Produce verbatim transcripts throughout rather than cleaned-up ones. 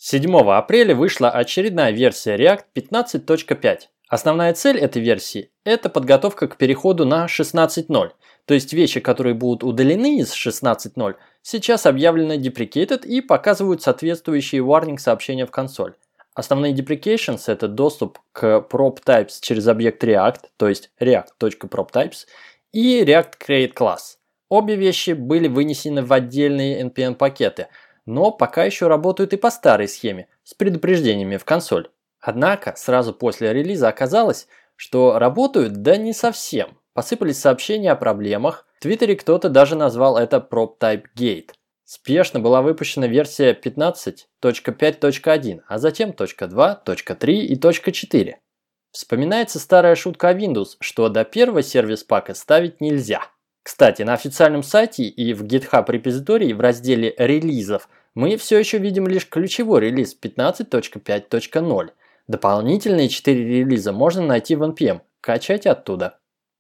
седьмого апреля вышла очередная версия React пятнадцать точка пять. Основная цель этой версии – это подготовка к переходу на шестнадцать ноль. То есть вещи, которые будут удалены из шестнадцать ноль, сейчас объявлены deprecated и показывают соответствующие warning сообщения в консоль. Основные deprecations – это доступ к prop-types через объект React, то есть react.proptypes, и React Create Class. Обе вещи были вынесены в отдельные эн пи эм-пакеты, но пока еще работают и по старой схеме, с предупреждениями в консоль. Однако, сразу после релиза оказалось, что работают да не совсем. Посыпались сообщения о проблемах, в Твиттере кто-то даже назвал это PropType Gate. Спешно была выпущена версия пятнадцать точка пять точка один, а затем .два, .три и .четыре. Вспоминается старая шутка о Windows, что до первого сервис-пака ставить нельзя. Кстати, на официальном сайте и в GitHub репозитории в разделе релизов мы все еще видим лишь ключевой релиз пятнадцать точка пять точка ноль. Дополнительные четыре релиза можно найти в эн пи эм, качать оттуда.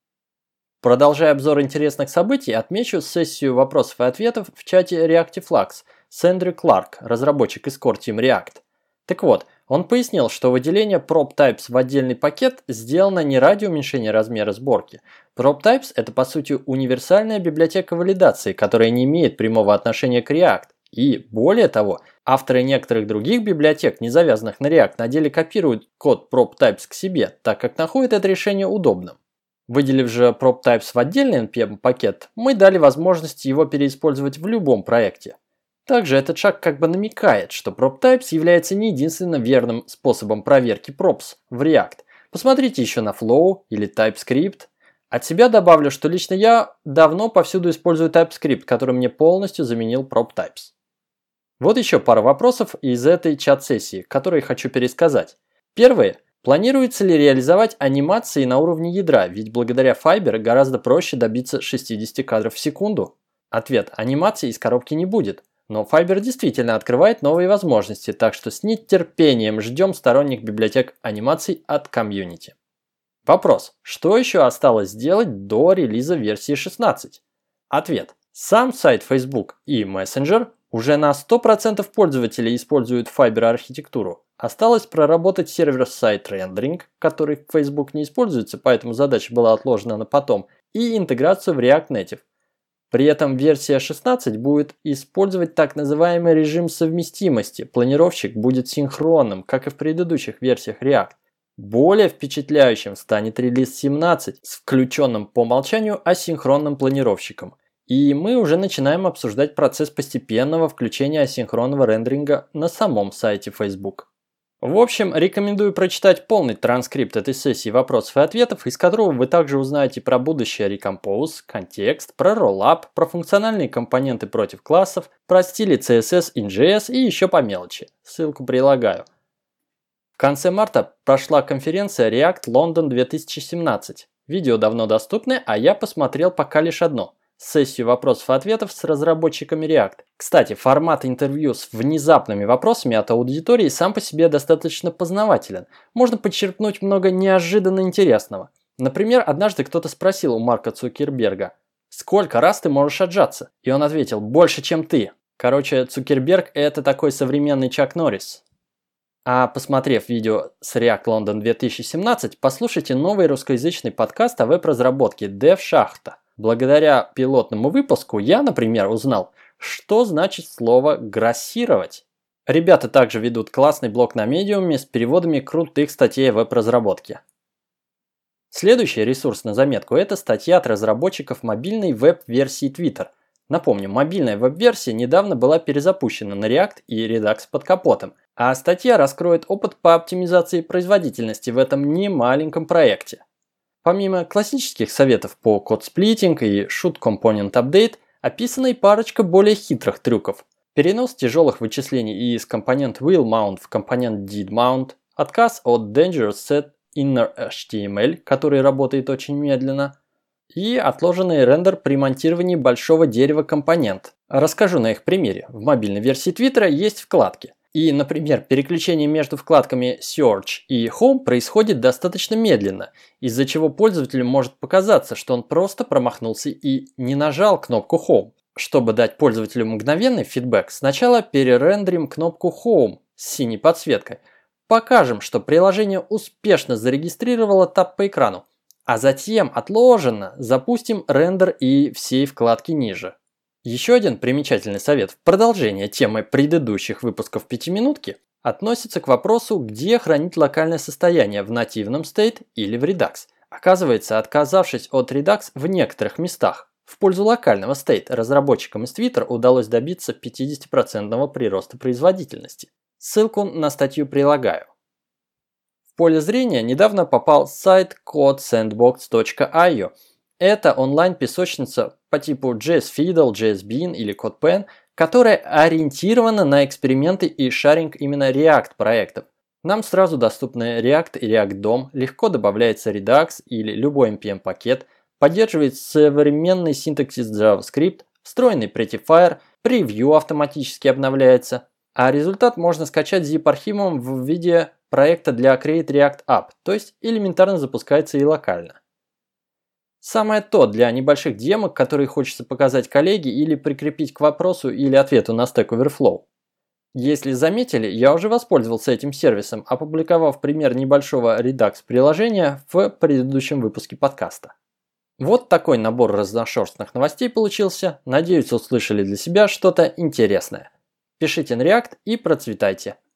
Продолжая обзор интересных событий, отмечу сессию вопросов и ответов в чате ReactiveFlux с Эндрю Кларк, разработчик из Core Team React. Так вот, он пояснил, что выделение PropTypes в отдельный пакет сделано не ради уменьшения размера сборки. PropTypes – это по сути универсальная библиотека валидации, которая не имеет прямого отношения к React. И, более того, авторы некоторых других библиотек, не завязанных на React, на деле копируют код PropTypes к себе, так как находят это решение удобным. Выделив же PropTypes в отдельный эн пи эм-пакет, мы дали возможность его переиспользовать в любом проекте. Также этот шаг как бы намекает, что PropTypes является не единственным верным способом проверки props в React. Посмотрите еще на Flow или TypeScript. От себя добавлю, что лично я давно повсюду использую TypeScript, который мне полностью заменил PropTypes. Вот еще пара вопросов из этой чат-сессии, которые хочу пересказать. Первое. Планируется ли реализовать анимации на уровне ядра, ведь благодаря Fiber гораздо проще добиться шестьдесят кадров в секунду? Ответ. Анимации из коробки не будет. Но Fiber действительно открывает новые возможности, так что с нетерпением ждем сторонних библиотек анимаций от комьюнити. Вопрос. Что еще осталось сделать до релиза версии шестнадцать? Ответ. Сам сайт Facebook и Messenger уже на сто процентов пользователей используют Fiber архитектуру. Осталось проработать сервер-сайт рендеринг, который в Facebook не используется, поэтому задача была отложена на потом, и интеграцию в React Native. При этом версия шестнадцать будет использовать так называемый режим совместимости. Планировщик будет синхронным, как и в предыдущих версиях React. Более впечатляющим станет релиз семнадцать с включенным по умолчанию асинхронным планировщиком. И мы уже начинаем обсуждать процесс постепенного включения асинхронного рендеринга на самом сайте Facebook. В общем, рекомендую прочитать полный транскрипт этой сессии вопросов и ответов, из которого вы также узнаете про будущее Recompose, контекст, про Rollup, про функциональные компоненты против классов, про стили си эс эс и джей эс и еще по мелочи. Ссылку прилагаю. В конце марта прошла конференция React London две тысячи семнадцать. Видео давно доступны, а я посмотрел пока лишь одно. Сессию вопросов и ответов с разработчиками React. Кстати, формат интервью с внезапными вопросами от аудитории сам по себе достаточно познавателен. Можно подчеркнуть много неожиданно интересного. Например, однажды кто-то спросил у Марка Цукерберга: «Сколько раз ты можешь отжаться?» И он ответил: «Больше, чем ты». Короче, Цукерберг – это такой современный Чак Норрис. А посмотрев видео с React London две тысячи семнадцать, послушайте новый русскоязычный подкаст о веб-разработке DevShachta. Благодаря пилотному выпуску я, например, узнал, что значит слово «грассировать». Ребята также ведут классный блог на Medium с переводами крутых статей о веб-разработке. Следующий ресурс на заметку – это статья от разработчиков мобильной веб-версии Twitter. Напомню, мобильная веб-версия недавно была перезапущена на React и Redux под капотом, а статья раскроет опыт по оптимизации производительности в этом немаленьком проекте. Помимо классических советов по код-сплитинг и should component update, описана и парочка более хитрых трюков. Перенос тяжелых вычислений из компонент will mount в компонент did mount, отказ от dangerous set inner эйч ти эм эль, который работает очень медленно, и отложенный рендер при монтировании большого дерева компонент. Расскажу на их примере. В мобильной версии Twitter есть вкладки. И, например, переключение между вкладками Search и Home происходит достаточно медленно, из-за чего пользователю может показаться, что он просто промахнулся и не нажал кнопку Home. Чтобы дать пользователю мгновенный фидбэк, сначала перерендерим кнопку Home, с синей подсветкой. Покажем, что приложение успешно зарегистрировало тап по экрану, а затем отложенно запустим рендер и всей вкладки ниже. Еще один примечательный совет в продолжение темы предыдущих выпусков пятиминутки относится к вопросу, где хранить локальное состояние в нативном state или в Redux. Оказывается, отказавшись от Redux в некоторых местах, в пользу локального state разработчикам из Twitter удалось добиться пятидесятипроцентного прироста производительности. Ссылку на статью прилагаю. В поле зрения недавно попал сайт кодсэндбокс точка ай о. Это онлайн-песочница по типу джей эс Fiddle, джей эс Bean или CodePen, которая ориентирована на эксперименты и шаринг именно React проектов. Нам сразу доступны React и React дом, легко добавляется Redux или любой эн пи эм-пакет, поддерживает современный синтаксис JavaScript, встроенный Prettifier, превью автоматически обновляется, а результат можно скачать zip-архивом в виде проекта для Create React App, то есть элементарно запускается и локально. Самое то для небольших демок, которые хочется показать коллеге или прикрепить к вопросу или ответу на Stack Overflow. Если заметили, я уже воспользовался этим сервисом, опубликовав пример небольшого Redux приложения в предыдущем выпуске подкаста. Вот такой набор разношерстных новостей получился. Надеюсь, услышали для себя что-то интересное. Пишите на React и процветайте.